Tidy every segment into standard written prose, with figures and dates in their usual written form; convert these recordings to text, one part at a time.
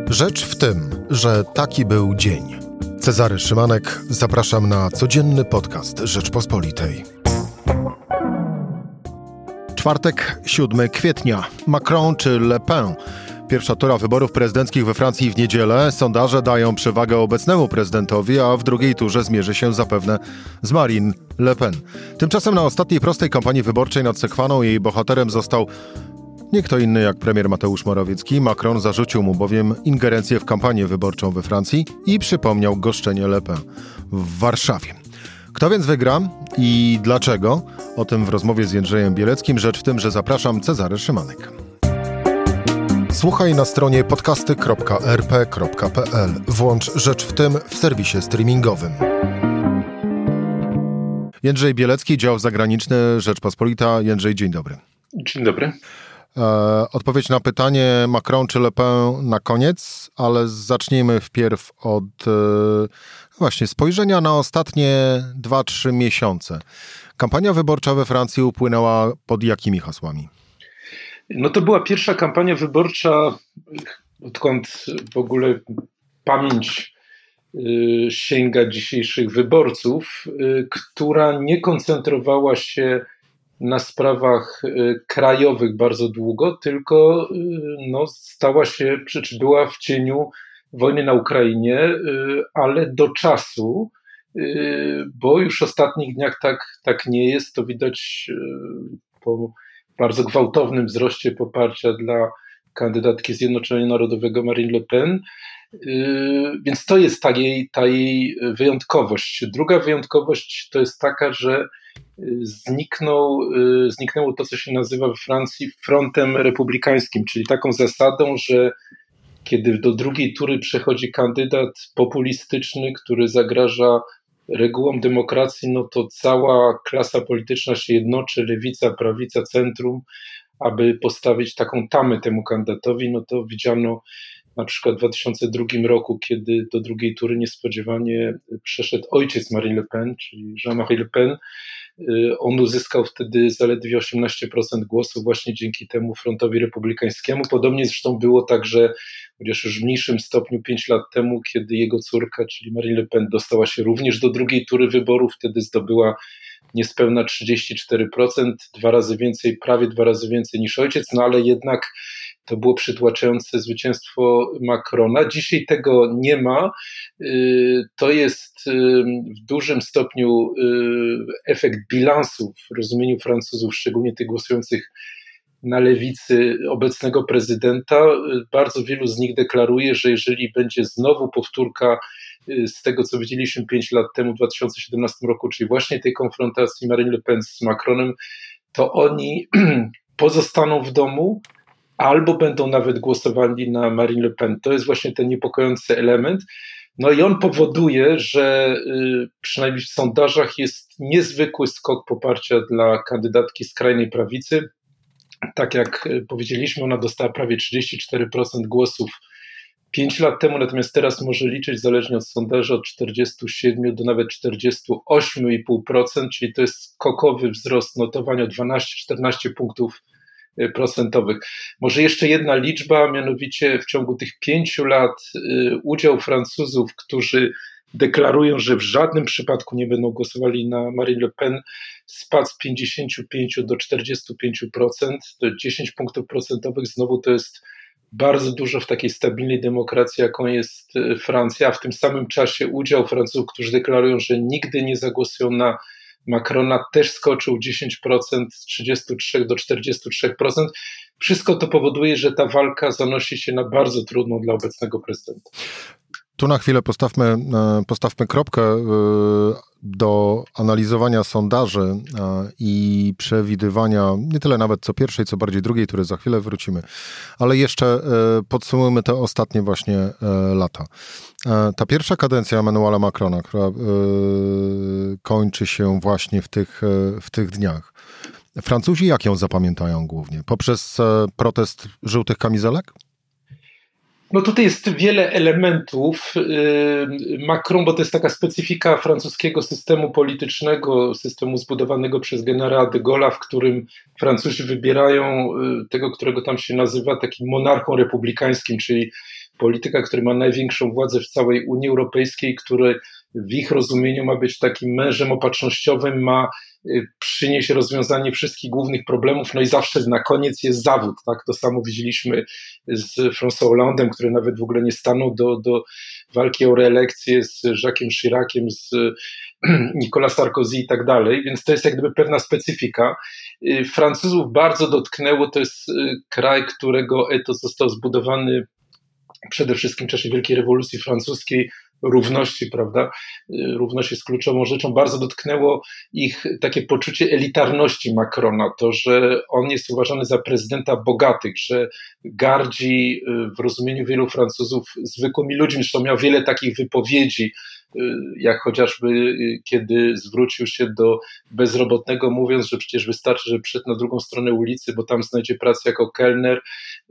Rzecz w tym, że taki był dzień. Cezary Szymanek, zapraszam na codzienny podcast Rzeczpospolitej. Czwartek, 7 kwietnia. Macron czy Le Pen? Pierwsza tura wyborów prezydenckich we Francji w niedzielę. Sondaże dają przewagę obecnemu prezydentowi, a w drugiej turze zmierzy się zapewne z Marine Le Pen. Tymczasem na ostatniej prostej kampanii wyborczej nad Sekwaną jej bohaterem został nie kto inny jak premier Mateusz Morawiecki. Macron zarzucił mu bowiem ingerencję w kampanię wyborczą we Francji i przypomniał goszczenie Le Pen w Warszawie. Kto więc wygra i dlaczego? O tym w rozmowie z Jędrzejem Bieleckim. Rzecz w tym, że zapraszam, Cezary Szymanek. Słuchaj na stronie podcasty.rp.pl. Włącz Rzecz w tym w serwisie streamingowym. Jędrzej Bielecki, dział zagraniczny Rzeczpospolita. Jędrzej, dzień dobry. Dzień dobry. Odpowiedź na pytanie Macron czy Le Pen na koniec, ale zacznijmy wpierw od właśnie spojrzenia na ostatnie 2-3 miesiące. Kampania wyborcza we Francji upłynęła pod jakimi hasłami? No to była pierwsza kampania wyborcza, odkąd w ogóle pamięć sięga dzisiejszych wyborców, która nie koncentrowała się na sprawach krajowych bardzo długo, tylko stała się, czy była w cieniu wojny na Ukrainie, ale do czasu, bo już w ostatnich dniach tak nie jest, to widać po bardzo gwałtownym wzroście poparcia dla kandydatki Zjednoczenia Narodowego Marine Le Pen, więc to jest ta jej wyjątkowość. Druga wyjątkowość to jest taka, że zniknęło to, co się nazywa we Francji frontem republikańskim, czyli taką zasadą, że kiedy do drugiej tury przechodzi kandydat populistyczny, który zagraża regułom demokracji, no to cała klasa polityczna się jednoczy, lewica, prawica, centrum, aby postawić taką tamę temu kandydatowi. No to widziano na przykład w 2002 roku, kiedy do drugiej tury niespodziewanie przeszedł ojciec Marine Le Pen, czyli Jean-Marie Le Pen. On uzyskał wtedy zaledwie 18% głosów właśnie dzięki temu frontowi republikańskiemu. Podobnie zresztą było także, chociaż już w mniejszym stopniu 5 lat temu, kiedy jego córka, czyli Marine Le Pen, dostała się również do drugiej tury wyborów. Wtedy zdobyła niespełna 34%, prawie dwa razy więcej niż ojciec, no ale jednak to było przytłaczające zwycięstwo Macrona. Dzisiaj tego nie ma. To jest w dużym stopniu efekt bilansu w rozumieniu Francuzów, szczególnie tych głosujących na lewicy obecnego prezydenta. Bardzo wielu z nich deklaruje, że jeżeli będzie znowu powtórka z tego, co widzieliśmy 5 lat temu, w 2017 roku, czyli właśnie tej konfrontacji Marine Le Pen z Macronem, to oni pozostaną w domu albo będą nawet głosowali na Marine Le Pen. To jest właśnie ten niepokojący element. No i on powoduje, że przynajmniej w sondażach jest niezwykły skok poparcia dla kandydatki skrajnej prawicy. Tak jak powiedzieliśmy, ona dostała prawie 34% głosów 5 lat temu, natomiast teraz może liczyć zależnie od sondażu od 47 do nawet 48,5%, czyli to jest skokowy wzrost notowania o 12-14 punktów procentowych. Może jeszcze jedna liczba, mianowicie w ciągu tych 5 lat udział Francuzów, którzy deklarują, że w żadnym przypadku nie będą głosowali na Marine Le Pen, spadł z 55 do 45%, to 10 punktów procentowych, znowu to jest bardzo dużo w takiej stabilnej demokracji, jaką jest Francja, a w tym samym czasie udział Francuzów, którzy deklarują, że nigdy nie zagłosują na Macrona, też skoczył 10%, z 33 do 43%. Wszystko to powoduje, że ta walka zanosi się na bardzo trudną dla obecnego prezydenta. Tu na chwilę postawmy kropkę do analizowania sondaży i przewidywania nie tyle nawet co pierwszej, co bardziej drugiej, które za chwilę wrócimy. Ale jeszcze podsumujmy te ostatnie właśnie lata. Ta pierwsza kadencja Emmanuela Macrona, która kończy się właśnie w tych dniach. Francuzi jak ją zapamiętają głównie? Poprzez protest żółtych kamizelek? No tutaj jest wiele elementów. Macron, bo to jest taka specyfika francuskiego systemu politycznego, systemu zbudowanego przez generała de Gaulle'a, w którym Francuzi wybierają tego, którego tam się nazywa takim monarchą republikańskim, czyli polityka, który ma największą władzę w całej Unii Europejskiej, który w ich rozumieniu ma być takim mężem opatrznościowym, ma przynieść rozwiązanie wszystkich głównych problemów, no i zawsze na koniec jest zawód, tak? To samo widzieliśmy z François Hollandem, który nawet w ogóle nie stanął do walki o reelekcję, z Jacques'em Chiraciem, z Nicolas Sarkozy i tak dalej, więc to jest jak gdyby pewna specyfika. Francuzów bardzo dotknęło, to jest kraj, którego etos został zbudowany przede wszystkim w czasie Wielkiej Rewolucji Francuskiej, równości, prawda? Równość jest kluczową rzeczą. Bardzo dotknęło ich takie poczucie elitarności Macrona, to, że on jest uważany za prezydenta bogatych, że gardzi w rozumieniu wielu Francuzów zwykłymi ludźmi. Zresztą miał wiele takich wypowiedzi, jak chociażby kiedy zwrócił się do bezrobotnego, mówiąc, że przecież wystarczy, że przyszedł na drugą stronę ulicy, bo tam znajdzie pracę jako kelner.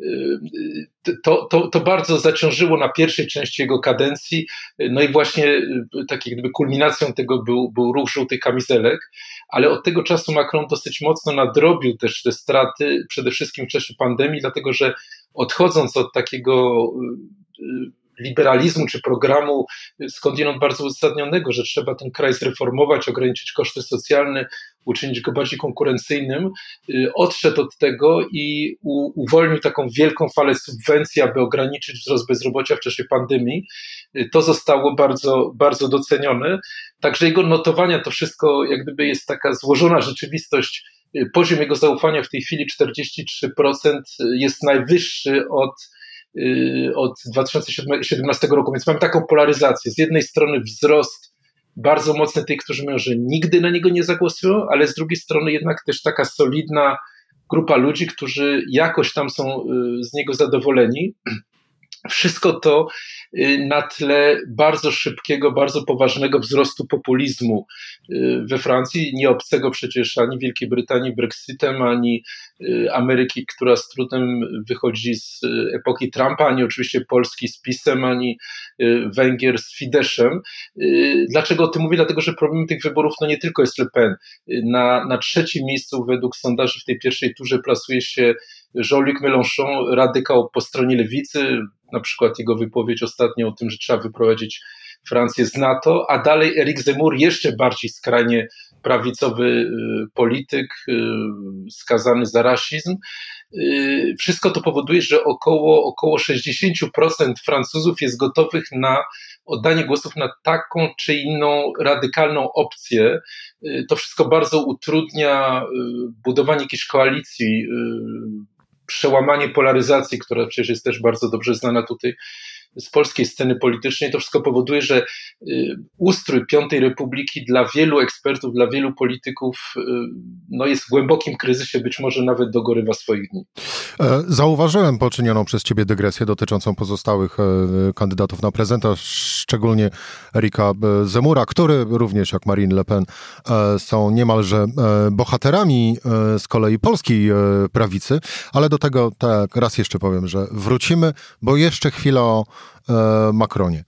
To bardzo zaciążyło na pierwszej części jego kadencji, no i właśnie tak jakby kulminacją tego był ruch żółtych kamizelek, ale od tego czasu Macron dosyć mocno nadrobił też te straty, przede wszystkim w czasie pandemii, dlatego że odchodząc od takiego liberalizmu czy programu skądinąd bardzo uzasadnionego, że trzeba ten kraj zreformować, ograniczyć koszty socjalne, uczynić go bardziej konkurencyjnym, odszedł od tego i uwolnił taką wielką falę subwencji, aby ograniczyć wzrost bezrobocia w czasie pandemii. To zostało bardzo, bardzo docenione. Także jego notowania, to wszystko jak gdyby jest taka złożona rzeczywistość. Poziom jego zaufania w tej chwili 43% jest najwyższy od 2017 roku, więc mamy taką polaryzację. Z jednej strony wzrost bardzo mocny tych, którzy mówią, że nigdy na niego nie zagłosują, ale z drugiej strony jednak też taka solidna grupa ludzi, którzy jakoś tam są z niego zadowoleni. Wszystko to na tle bardzo szybkiego, bardzo poważnego wzrostu populizmu we Francji, nie obcego przecież ani Wielkiej Brytanii Brexitem, ani Ameryki, która z trudem wychodzi z epoki Trumpa, ani oczywiście Polski z PiS-em, ani Węgier z Fideszem. Dlaczego o tym mówię? Dlatego, że problem tych wyborów no nie tylko jest Le Pen. Na trzecim miejscu według sondaży w tej pierwszej turze plasuje się Jean-Luc Mélenchon, radykał po stronie lewicy, na przykład jego wypowiedź ostatnio o tym, że trzeba wyprowadzić Francję z NATO, a dalej Éric Zemmour, jeszcze bardziej skrajnie prawicowy polityk, skazany za rasizm. Wszystko to powoduje, że około 60% Francuzów jest gotowych na oddanie głosów na taką czy inną radykalną opcję. To wszystko bardzo utrudnia budowanie jakiejś koalicji, przełamanie polaryzacji, która przecież jest też bardzo dobrze znana tutaj z polskiej sceny politycznej. To wszystko powoduje, że ustrój Piątej Republiki dla wielu ekspertów, dla wielu polityków no jest w głębokim kryzysie, być może nawet dogorywa swoich dni. Zauważyłem poczynioną przez ciebie dygresję dotyczącą pozostałych kandydatów na prezydenta, szczególnie Érica Zemmoura, który również jak Marine Le Pen są niemalże bohaterami z kolei polskiej prawicy, ale do tego tak raz jeszcze powiem, że wrócimy, bo jeszcze chwilę o Macronie.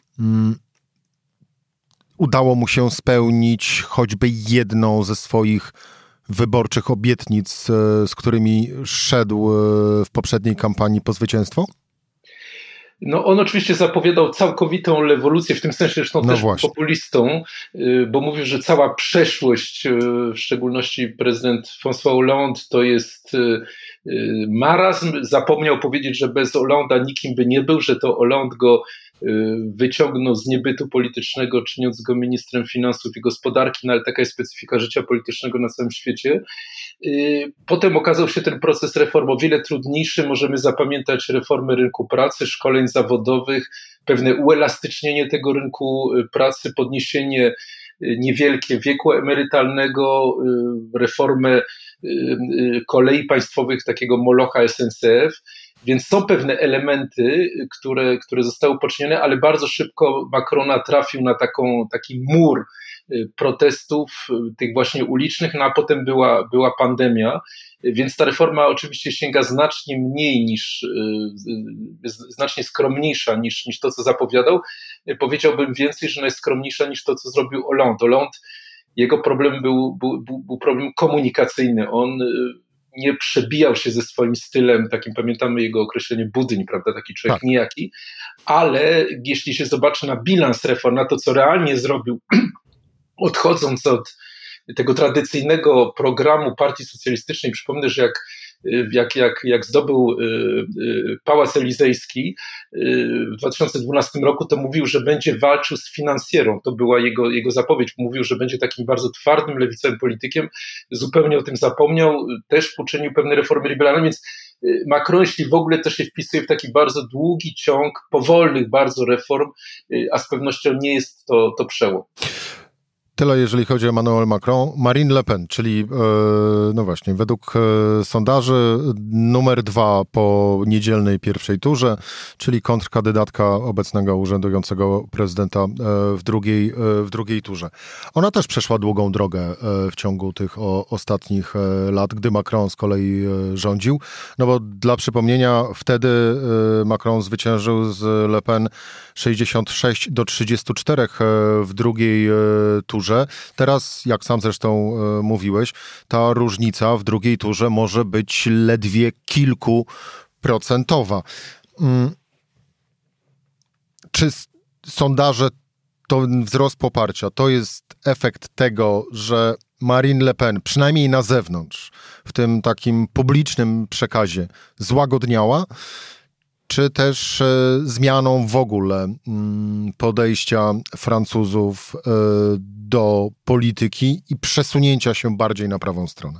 Udało mu się spełnić choćby jedną ze swoich wyborczych obietnic, z którymi szedł w poprzedniej kampanii po zwycięstwo? No on oczywiście zapowiadał całkowitą rewolucję, w tym sensie zresztą też populistą, bo mówił, że cała przeszłość, w szczególności prezydent François Hollande, to jest marazm. Zapomniał powiedzieć, że bez Hollanda nikim by nie był, że to Hollande go wyciągnął z niebytu politycznego, czyniąc go ministrem finansów i gospodarki, no ale taka jest specyfika życia politycznego na całym świecie. Potem okazał się ten proces reform o wiele trudniejszy. Możemy zapamiętać reformy rynku pracy, szkoleń zawodowych, pewne uelastycznienie tego rynku pracy, podniesienie niewielkie wieku emerytalnego, reformę kolei państwowych, takiego molocha SNCF. Więc są pewne elementy, które zostały poczynione, ale bardzo szybko Macron trafił na taki mur protestów, tych właśnie ulicznych, no a potem była pandemia, więc ta reforma oczywiście sięga znacznie mniej znacznie skromniejsza niż to, co zapowiadał. Powiedziałbym więcej, że najskromniejsza niż to, co zrobił Hollande. Jego problem był problem komunikacyjny. On nie przebijał się ze swoim stylem, takim pamiętamy jego określenie budyń, prawda, taki człowiek Tak. nijaki, ale jeśli się zobaczy na bilans reform, na to, co realnie zrobił, odchodząc od tego tradycyjnego programu Partii Socjalistycznej, przypomnę, że jak zdobył Pałac Elizejski w 2012 roku, to mówił, że będzie walczył z finansjerą. To była jego zapowiedź. Mówił, że będzie takim bardzo twardym, lewicowym politykiem. Zupełnie o tym zapomniał. Też poczynił pewne reformy liberalne, więc Macron, jeśli w ogóle, to się wpisuje w taki bardzo długi ciąg powolnych bardzo reform, a z pewnością nie jest to przełom. Tyle, jeżeli chodzi o Emmanuel Macron. Marine Le Pen, czyli no właśnie, według sondaży numer 2 po niedzielnej pierwszej turze, czyli kontrkandydatka obecnego urzędującego prezydenta w drugiej turze. Ona też przeszła długą drogę w ciągu tych ostatnich lat, gdy Macron z kolei rządził. No bo dla przypomnienia, wtedy Macron zwyciężył z Le Pen 66-34 w drugiej turze. Teraz, jak sam zresztą mówiłeś, ta różnica w drugiej turze może być ledwie kilkuprocentowa. Czy sondaże, to wzrost poparcia, to jest efekt tego, że Marine Le Pen, przynajmniej na zewnątrz, w tym takim publicznym przekazie, złagodniała, czy też zmianą w ogóle podejścia Francuzów do polityki i przesunięcia się bardziej na prawą stronę?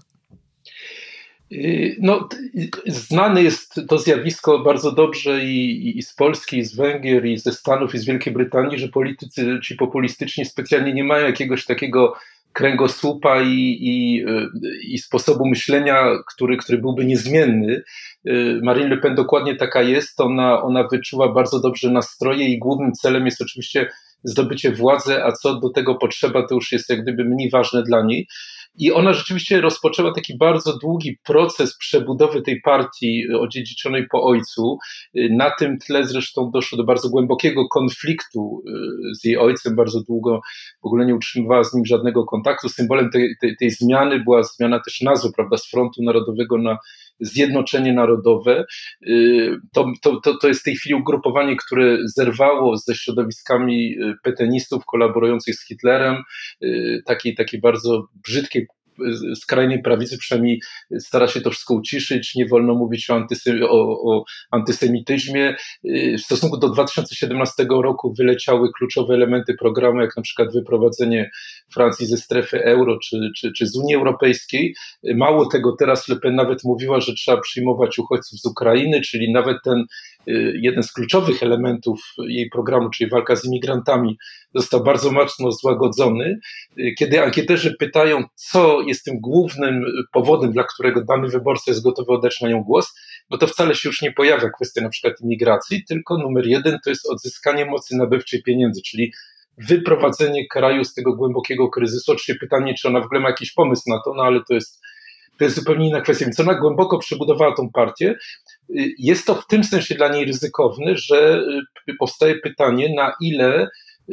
No, znane jest to zjawisko bardzo dobrze i z Polski, i z Węgier, i ze Stanów, i z Wielkiej Brytanii, że politycy ci populistyczni specjalnie nie mają jakiegoś takiego kręgosłupa i sposobu myślenia, który byłby niezmienny. Marine Le Pen dokładnie taka jest, ona wyczuwa bardzo dobrze nastroje i głównym celem jest oczywiście zdobycie władzy, a co do tego potrzeba, to już jest jak gdyby mniej ważne dla niej. I ona rzeczywiście rozpoczęła taki bardzo długi proces przebudowy tej partii odziedziczonej po ojcu. Na tym tle zresztą doszło do bardzo głębokiego konfliktu z jej ojcem. Bardzo długo w ogóle nie utrzymywała z nim żadnego kontaktu. Symbolem tej zmiany była zmiana też nazwy, prawda, z Frontu Narodowego na Zjednoczenie Narodowe. To jest w tej chwili ugrupowanie, które zerwało ze środowiskami petenistów kolaborujących z Hitlerem, takiej bardzo brzydkiej skrajnej prawicy, przynajmniej stara się to wszystko uciszyć, nie wolno mówić o antysemityzmie. W stosunku do 2017 roku wyleciały kluczowe elementy programu, jak na przykład wyprowadzenie Francji ze strefy euro czy z Unii Europejskiej. Mało tego, teraz Le Pen nawet mówiła, że trzeba przyjmować uchodźców z Ukrainy, czyli nawet ten jeden z kluczowych elementów jej programu, czyli walka z imigrantami, został bardzo mocno złagodzony. Kiedy ankieterzy pytają, co jest tym głównym powodem, dla którego dany wyborca jest gotowy oddać na nią głos, no to wcale się już nie pojawia kwestia na przykład imigracji, tylko numer 1 to jest odzyskanie mocy nabywczej pieniędzy, czyli wyprowadzenie kraju z tego głębokiego kryzysu. Oczywiście pytanie, czy ona w ogóle ma jakiś pomysł na to, no ale to jest zupełnie inna kwestia. Więc ona głęboko przebudowała tą partię. Jest to w tym sensie dla niej ryzykowne, że powstaje pytanie, na ile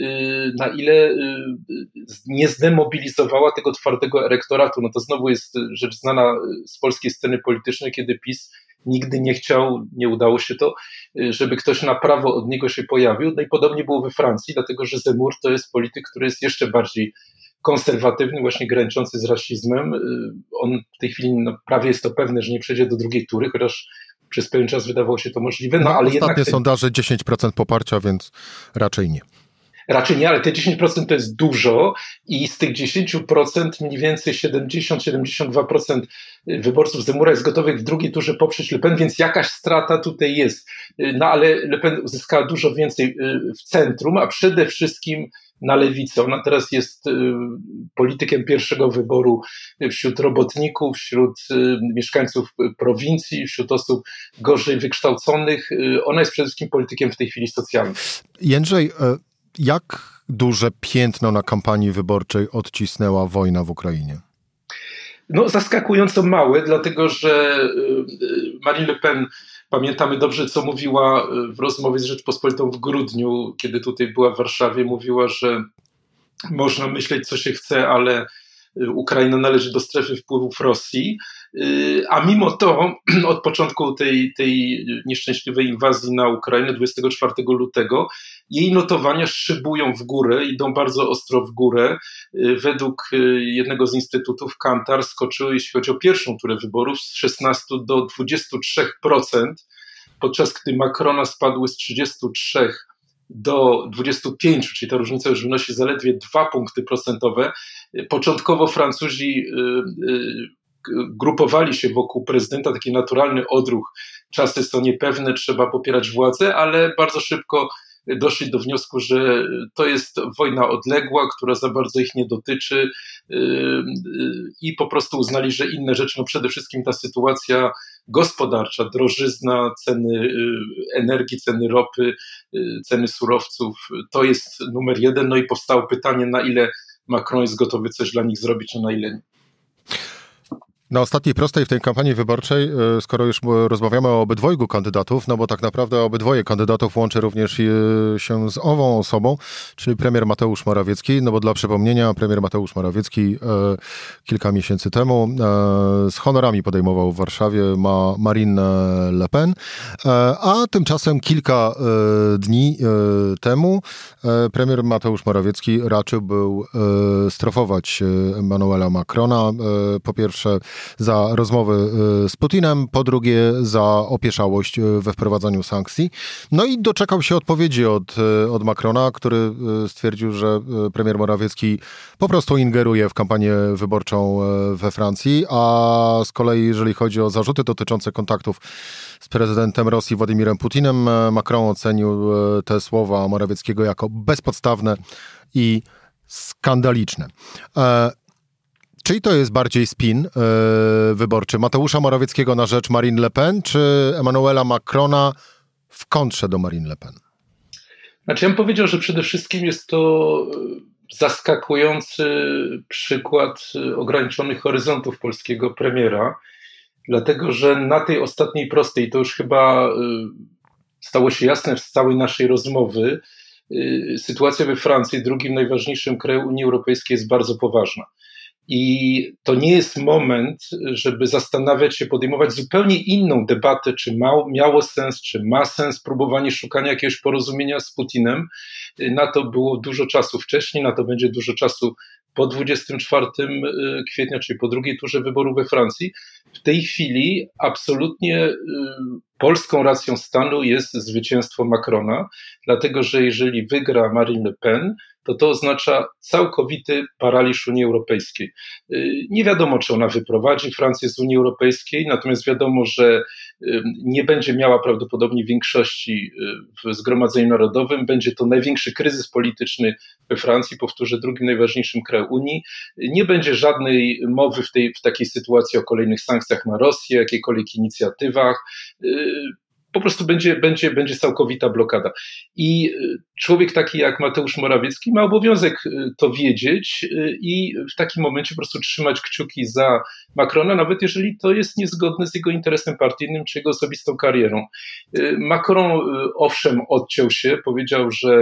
nie zdemobilizowała tego twardego elektoratu. No to znowu jest rzecz znana z polskiej sceny politycznej, kiedy PiS nigdy nie chciał, nie udało się to, żeby ktoś na prawo od niego się pojawił. No i podobnie było we Francji, dlatego że Zemmour to jest polityk, który jest jeszcze bardziej konserwatywny, właśnie graniczący z rasizmem. On w tej chwili prawie jest to pewne, że nie przejdzie do drugiej tury, chociaż przez pewien czas wydawało się to możliwe. No, ale ostatnie jednak sondaże 10% poparcia, więc raczej nie. Raczej nie, ale te 10% to jest dużo i z tych 10% mniej więcej 70-72% wyborców Zemmoura jest gotowych w drugiej turze poprzeć Le Pen, więc jakaś strata tutaj jest. No ale Le Pen uzyskała dużo więcej w centrum, a przede wszystkim na lewicy. Ona teraz jest politykiem pierwszego wyboru wśród robotników, wśród mieszkańców prowincji, wśród osób gorzej wykształconych. Ona jest przede wszystkim politykiem w tej chwili socjalnym. Jędrzej, jak duże piętno na kampanii wyborczej odcisnęła wojna w Ukrainie? No, zaskakująco małe, dlatego że Marine Le Pen, pamiętamy dobrze, co mówiła w rozmowie z Rzeczpospolitą w grudniu, kiedy tutaj była w Warszawie, mówiła, że można myśleć, co się chce, ale Ukraina należy do strefy wpływów Rosji, a mimo to od początku tej nieszczęśliwej inwazji na Ukrainę 24 lutego jej notowania szybują w górę, idą bardzo ostro w górę. Według jednego z instytutów Kantar skoczyły, jeśli chodzi o pierwszą turę wyborów, z 16 do 23%, podczas gdy Macrona spadły z 33 do 25, czyli ta różnica już wynosi zaledwie 2 punkty procentowe. Początkowo Francuzi grupowali się wokół prezydenta, taki naturalny odruch. Czasy są niepewne, trzeba popierać władzę, ale bardzo szybko doszli do wniosku, że to jest wojna odległa, która za bardzo ich nie dotyczy i po prostu uznali, że inne rzeczy, przede wszystkim ta sytuacja gospodarcza, drożyzna, ceny energii, ceny ropy, ceny surowców, to jest numer jeden. I powstało pytanie, na ile Macron jest gotowy coś dla nich zrobić, a na ile nie. Na ostatniej prostej w tej kampanii wyborczej, skoro już rozmawiamy o obydwojgu kandydatów, bo tak naprawdę obydwoje kandydatów łączy również się z ową osobą, czyli premier Mateusz Morawiecki, bo dla przypomnienia premier Mateusz Morawiecki kilka miesięcy temu z honorami podejmował w Warszawie Marine Le Pen, a tymczasem kilka dni temu premier Mateusz Morawiecki raczył był strofować Emmanuela Macrona, po pierwsze za rozmowy z Putinem, po drugie za opieszałość we wprowadzaniu sankcji. I doczekał się odpowiedzi od Macrona, który stwierdził, że premier Morawiecki po prostu ingeruje w kampanię wyborczą we Francji, a z kolei jeżeli chodzi o zarzuty dotyczące kontaktów z prezydentem Rosji Władimirem Putinem, Macron ocenił te słowa Morawieckiego jako bezpodstawne i skandaliczne. Czyli to jest bardziej spin wyborczy Mateusza Morawieckiego na rzecz Marine Le Pen, czy Emmanuela Macrona w kontrze do Marine Le Pen? Ja bym powiedział, że przede wszystkim jest to zaskakujący przykład ograniczonych horyzontów polskiego premiera, dlatego że na tej ostatniej prostej, to już chyba stało się jasne z całej naszej rozmowy, sytuacja we Francji, drugim najważniejszym kraju Unii Europejskiej, jest bardzo poważna. I to nie jest moment, żeby zastanawiać się, podejmować zupełnie inną debatę, czy miało sens, czy ma sens próbowanie szukania jakiegoś porozumienia z Putinem. Na to było dużo czasu wcześniej, na to będzie dużo czasu po 24 kwietnia, czyli po drugiej turze wyborów we Francji. W tej chwili absolutnie polską racją stanu jest zwycięstwo Macrona, dlatego że jeżeli wygra Marine Le Pen, to oznacza całkowity paraliż Unii Europejskiej. Nie wiadomo, czy ona wyprowadzi Francję z Unii Europejskiej, natomiast wiadomo, że nie będzie miała prawdopodobnie większości w Zgromadzeniu Narodowym. Będzie to największy kryzys polityczny we Francji, powtórzę, drugim najważniejszym kraju Unii. Nie będzie żadnej mowy w takiej sytuacji o kolejnych sankcjach na Rosję, jakiejkolwiek inicjatywach. Po prostu będzie całkowita blokada. I człowiek taki jak Mateusz Morawiecki ma obowiązek to wiedzieć i w takim momencie po prostu trzymać kciuki za Macrona, nawet jeżeli to jest niezgodne z jego interesem partyjnym czy jego osobistą karierą. Macron owszem odciął się, powiedział, że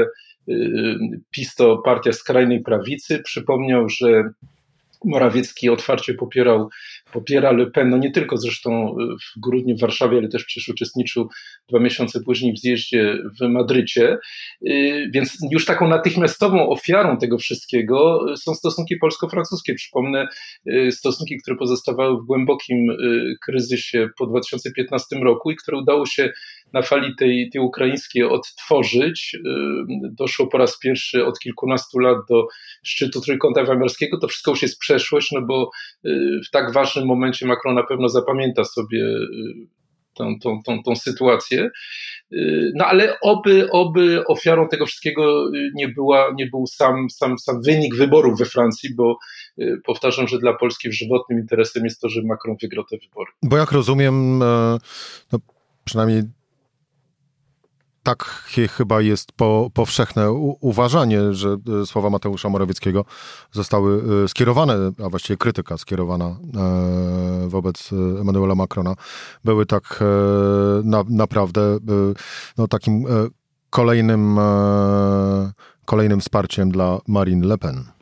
PiS to partia skrajnej prawicy, przypomniał, że Morawiecki otwarcie popiera Le Pen, nie tylko zresztą w grudniu w Warszawie, ale też przecież uczestniczył 2 miesiące później w zjeździe w Madrycie, więc już taką natychmiastową ofiarą tego wszystkiego są stosunki polsko-francuskie. Przypomnę, stosunki, które pozostawały w głębokim kryzysie po 2015 roku i które udało się na fali tej ukraińskiej odtworzyć. Doszło po raz pierwszy od kilkunastu lat do szczytu Trójkąta Weimarskiego. To wszystko już jest przeszłość, bo w tak ważnym momencie Macron na pewno zapamięta sobie tą sytuację. Ale oby ofiarą tego wszystkiego nie był sam wynik wyborów we Francji, bo powtarzam, że dla Polski żywotnym interesem jest to, żeby Macron wygrał te wybory. Bo jak rozumiem, przynajmniej tak chyba jest powszechne uważanie, że słowa Mateusza Morawieckiego zostały skierowane, a właściwie krytyka skierowana wobec Emmanuela Macrona, były tak naprawdę takim kolejnym wsparciem dla Marine Le Pen.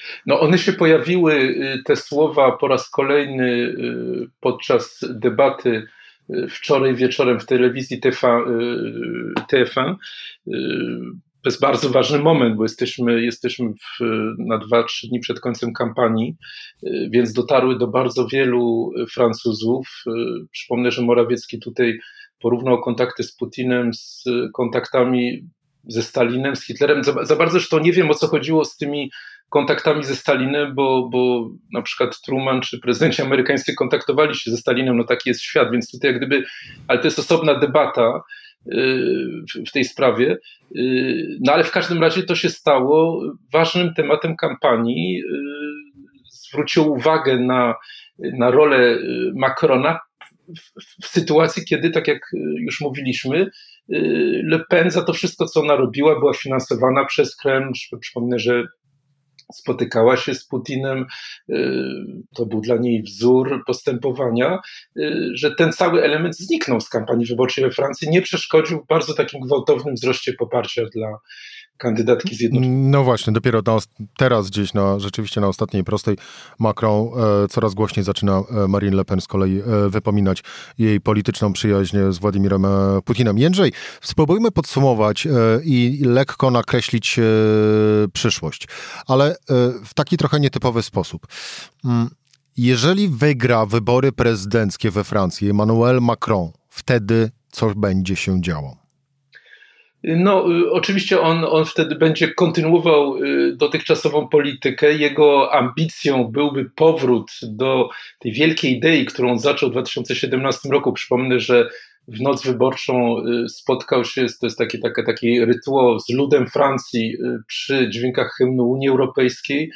No one się pojawiły, te słowa, po raz kolejny podczas debaty wczoraj wieczorem w telewizji TF1. To jest bardzo ważny moment, bo jesteśmy na 2-3 dni przed końcem kampanii, więc dotarły do bardzo wielu Francuzów. Przypomnę, że Morawiecki tutaj porównał kontakty z Putinem z kontaktami ze Stalinem, z Hitlerem. Za bardzo zresztą nie wiem, o co chodziło z tymi kontaktami ze Stalinem, bo na przykład Truman czy prezydenci amerykańscy kontaktowali się ze Stalinem, no taki jest świat, więc tutaj jak gdyby, ale to jest osobna debata w tej sprawie, no ale w każdym razie to się stało ważnym tematem kampanii, zwróciło uwagę na rolę Macrona w sytuacji, kiedy, tak jak już mówiliśmy, Le Pen za to wszystko, co ona robiła, była finansowana przez Kreml. Przypomnę, że spotykała się z Putinem, to był dla niej wzór postępowania, że ten cały element zniknął z kampanii wyborczej we Francji, nie przeszkodził w bardzo takim gwałtownym wzroście poparcia dla kandydatki Zjednoczonej. No właśnie, dopiero teraz gdzieś rzeczywiście na ostatniej prostej Macron coraz głośniej zaczyna Marine Le Pen z kolei wypominać jej polityczną przyjaźń z Władimirem Putinem. Jędrzej, spróbujmy podsumować i lekko nakreślić przyszłość, ale w taki trochę nietypowy sposób. Jeżeli wygra wybory prezydenckie we Francji Emmanuel Macron, wtedy co będzie się działo? No, oczywiście on wtedy będzie kontynuował dotychczasową politykę. Jego ambicją byłby powrót do tej wielkiej idei, którą zaczął w 2017 roku. Przypomnę, że w noc wyborczą spotkał się, to jest taki rytuał z ludem Francji przy dźwiękach hymnu Unii Europejskiej,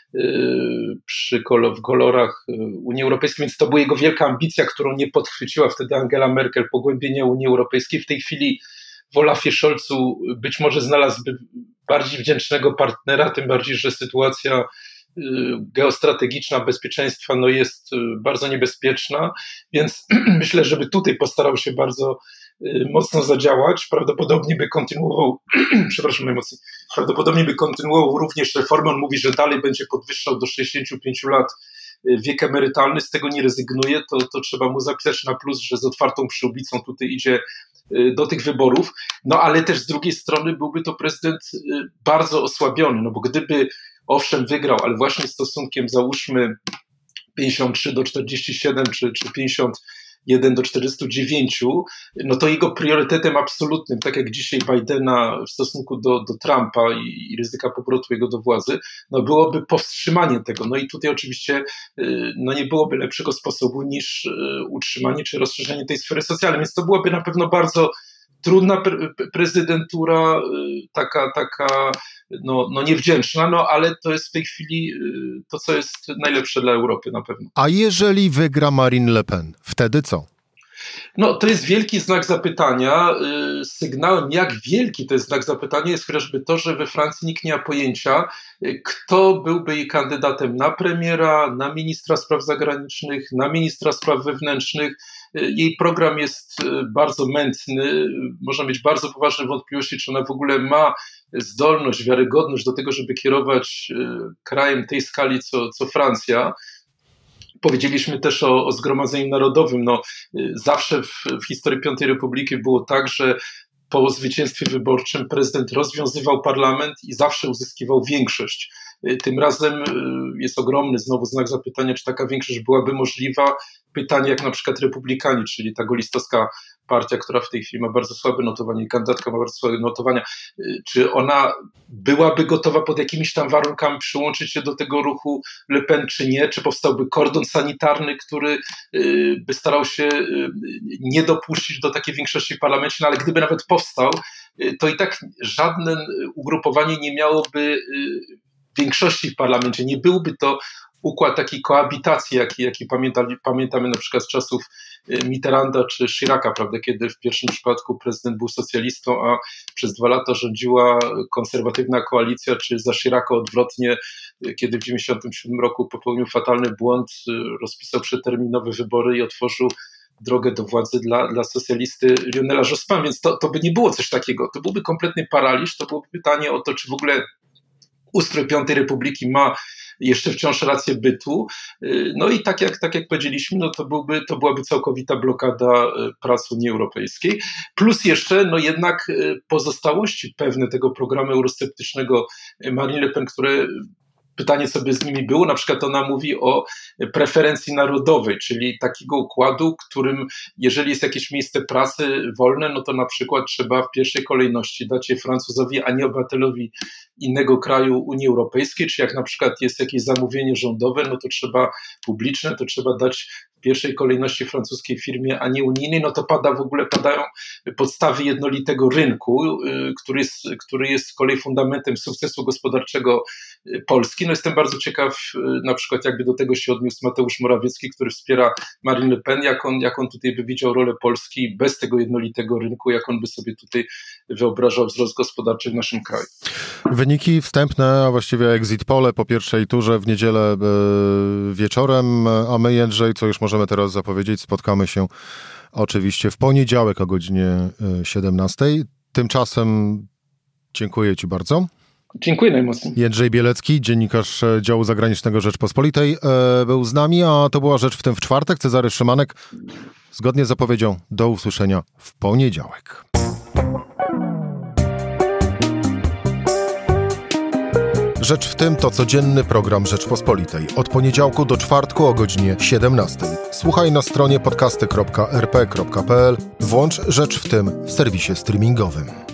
w kolorach Unii Europejskiej, więc to była jego wielka ambicja, którą nie podchwyciła wtedy Angela Merkel, pogłębienia Unii Europejskiej. W tej chwili w Olafie Scholzu być może znalazłby bardziej wdzięcznego partnera, tym bardziej, że sytuacja geostrategiczna bezpieczeństwa jest bardzo niebezpieczna, więc myślę, żeby tutaj postarał się bardzo mocno zadziałać. Prawdopodobnie by kontynuował, przepraszam najmocniej, prawdopodobnie by kontynuował również reformę. On mówi, że dalej będzie podwyższał do 65 lat wiek emerytalny, z tego nie rezygnuje, to trzeba mu zapisać na plus, że z otwartą przyłbicą tutaj idzie do tych wyborów, no ale też z drugiej strony byłby to prezydent bardzo osłabiony, no bo gdyby owszem wygrał, ale właśnie stosunkiem załóżmy 53-47 czy 51-49, no to jego priorytetem absolutnym, tak jak dzisiaj Bidena w stosunku do Trumpa i ryzyka powrotu jego do władzy, no byłoby powstrzymanie tego. No i tutaj oczywiście nie byłoby lepszego sposobu niż utrzymanie czy rozszerzenie tej sfery socjalnej, więc to byłaby na pewno bardzo trudna prezydentura, taka niewdzięczna, ale to jest w tej chwili to, co jest najlepsze dla Europy na pewno. A jeżeli wygra Marine Le Pen, wtedy co? No, to jest wielki znak zapytania. Sygnałem, jak wielki to jest znak zapytania, jest chociażby to, że we Francji nikt nie ma pojęcia, kto byłby jej kandydatem na premiera, na ministra spraw zagranicznych, na ministra spraw wewnętrznych. Jej program jest bardzo mętny, można mieć bardzo poważne wątpliwości, czy ona w ogóle ma zdolność, wiarygodność do tego, żeby kierować krajem tej skali, co Francja. Powiedzieliśmy też o Zgromadzeniu Narodowym. Zawsze w historii Piątej Republiki było tak, że po zwycięstwie wyborczym prezydent rozwiązywał parlament i zawsze uzyskiwał większość. Tym razem jest ogromny znowu znak zapytania, czy taka większość byłaby możliwa. Pytanie, jak na przykład Republikanie, czyli ta golistowska partia, która w tej chwili ma bardzo słabe notowanie i kandydatka ma bardzo słabe notowania, czy ona byłaby gotowa pod jakimiś tam warunkami przyłączyć się do tego ruchu Le Pen, czy nie, czy powstałby kordon sanitarny, który by starał się nie dopuścić do takiej większości w parlamencie, ale gdyby nawet powstał, to i tak żadne ugrupowanie nie miałoby większości w parlamencie, nie byłby to układ takiej koabitacji, jaki pamiętamy na przykład z czasów Mitterranda czy Chiraca, prawda, kiedy w pierwszym przypadku prezydent był socjalistą, a przez 2 lata rządziła konserwatywna koalicja, czy za Chiraca odwrotnie, kiedy w 1997 roku popełnił fatalny błąd, rozpisał przedterminowe wybory i otworzył drogę do władzy dla socjalisty Lionela Jospin, więc to by nie było coś takiego, to byłby kompletny paraliż, to byłoby pytanie o to, czy w ogóle ustrój Piątej Republiki ma jeszcze wciąż rację bytu. No i tak jak powiedzieliśmy, no to byłaby całkowita blokada prac Unii Europejskiej. Plus jeszcze, no jednak pozostałości pewne tego programu eurosceptycznego Marine Le Pen, które pytanie, co by z nimi było, na przykład ona mówi o preferencji narodowej, czyli takiego układu, którym jeżeli jest jakieś miejsce pracy wolne, no to na przykład trzeba w pierwszej kolejności dać je Francuzowi, a nie obywatelowi innego kraju Unii Europejskiej, czy jak na przykład jest jakieś zamówienie rządowe, no to trzeba publiczne, to trzeba dać w pierwszej kolejności francuskiej firmie, a nie unijnej, no to padają podstawy jednolitego rynku, który jest z kolei fundamentem sukcesu gospodarczego Polski. No jestem bardzo ciekaw na przykład jakby do tego się odniósł Mateusz Morawiecki, który wspiera Marine Le Pen, jak on tutaj by widział rolę Polski bez tego jednolitego rynku, jak on by sobie tutaj wyobrażał wzrost gospodarczy w naszym kraju. Wyniki wstępne, a właściwie exit pole po pierwszej turze w niedzielę wieczorem, a my, Jędrzej, co już możemy teraz zapowiedzieć, spotkamy się oczywiście w poniedziałek o godzinie 17. Tymczasem dziękuję Ci bardzo. Dziękuję najmocniej. Jędrzej Bielecki, dziennikarz działu zagranicznego Rzeczpospolitej, był z nami, a to była Rzecz w tym w czwartek. Cezary Szymanek, zgodnie z zapowiedzią, do usłyszenia w poniedziałek. Rzecz w tym to codzienny program Rzeczpospolitej. Od poniedziałku do czwartku o godzinie 17. Słuchaj na stronie podcasty.rp.pl. Włącz Rzecz w tym w serwisie streamingowym.